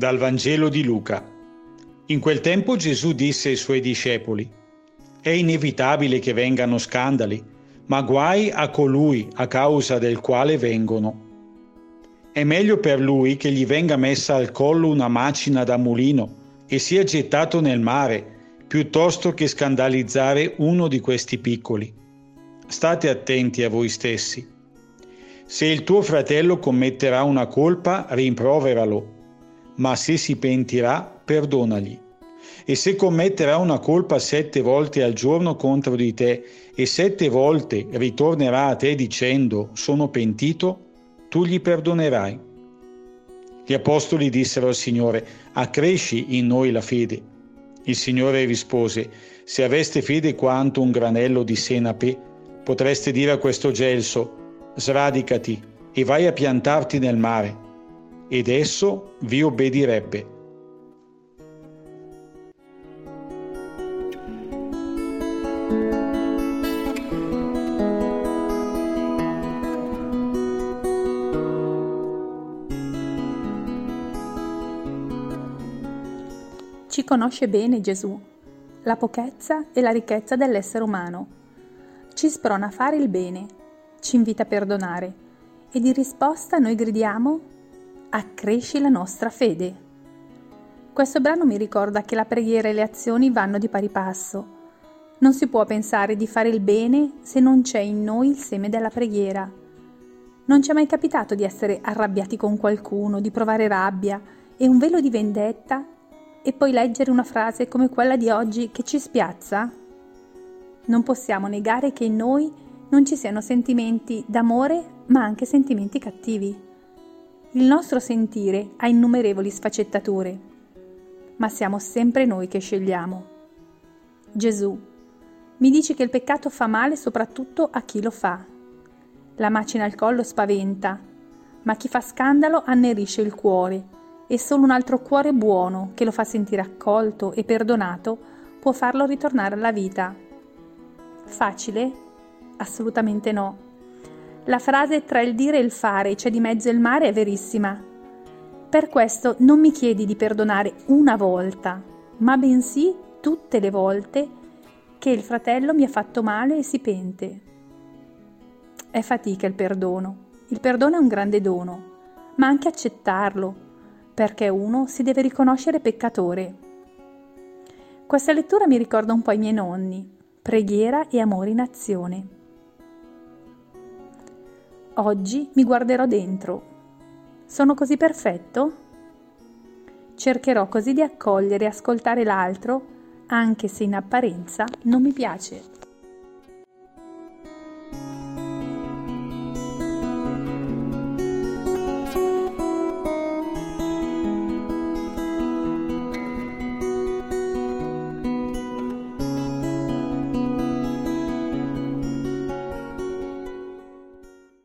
Dal Vangelo di Luca. In quel tempo Gesù disse ai suoi discepoli: «È inevitabile che vengano scandali, ma guai a colui a causa del quale vengono. È meglio per lui che gli venga messa al collo una macina da mulino e sia gettato nel mare, piuttosto che scandalizzare uno di questi piccoli. State attenti a voi stessi. Se il tuo fratello commetterà una colpa, rimproveralo, ma se si pentirà, perdonagli. E se commetterà una colpa 7 volte al giorno contro di te e 7 volte ritornerà a te dicendo sono pentito, tu gli perdonerai». Gli apostoli dissero al Signore: «Accresci in noi la fede». Il Signore rispose: «Se aveste fede quanto un granello di senape, potreste dire a questo gelso: sradicati e vai a piantarti nel mare, ed esso vi obbedirebbe». Ci conosce bene Gesù, la pochezza e la ricchezza dell'essere umano. Ci sprona a fare il bene, ci invita a perdonare e di risposta noi gridiamo: accresci la nostra fede. Questo brano mi ricorda che la preghiera e le azioni vanno di pari passo. Non si può pensare di fare il bene se non c'è in noi il seme della preghiera. Non ci è mai capitato di essere arrabbiati con qualcuno, di provare rabbia e un velo di vendetta e poi leggere una frase come quella di oggi che ci spiazza? Non possiamo negare che in noi non ci siano sentimenti d'amore, ma anche sentimenti cattivi. Il nostro sentire ha innumerevoli sfaccettature, ma siamo sempre noi che scegliamo. Gesù, mi dici che il peccato fa male soprattutto a chi lo fa. La macina al collo spaventa, ma chi fa scandalo annerisce il cuore. E solo un altro cuore buono, che lo fa sentire accolto e perdonato, può farlo ritornare alla vita. Facile? Assolutamente no. La frase tra il dire e il fare c'è di mezzo il mare è verissima. Per questo non mi chiedi di perdonare una volta, ma bensì tutte le volte che il fratello mi ha fatto male e si pente. È fatica il perdono. Il perdono è un grande dono, ma anche accettarlo, perché uno si deve riconoscere peccatore. Questa lettura mi ricorda un po' i miei nonni, preghiera e amore in azione. Oggi mi guarderò dentro. Sono così perfetto? Cercherò così di accogliere e ascoltare l'altro, anche se in apparenza non mi piace.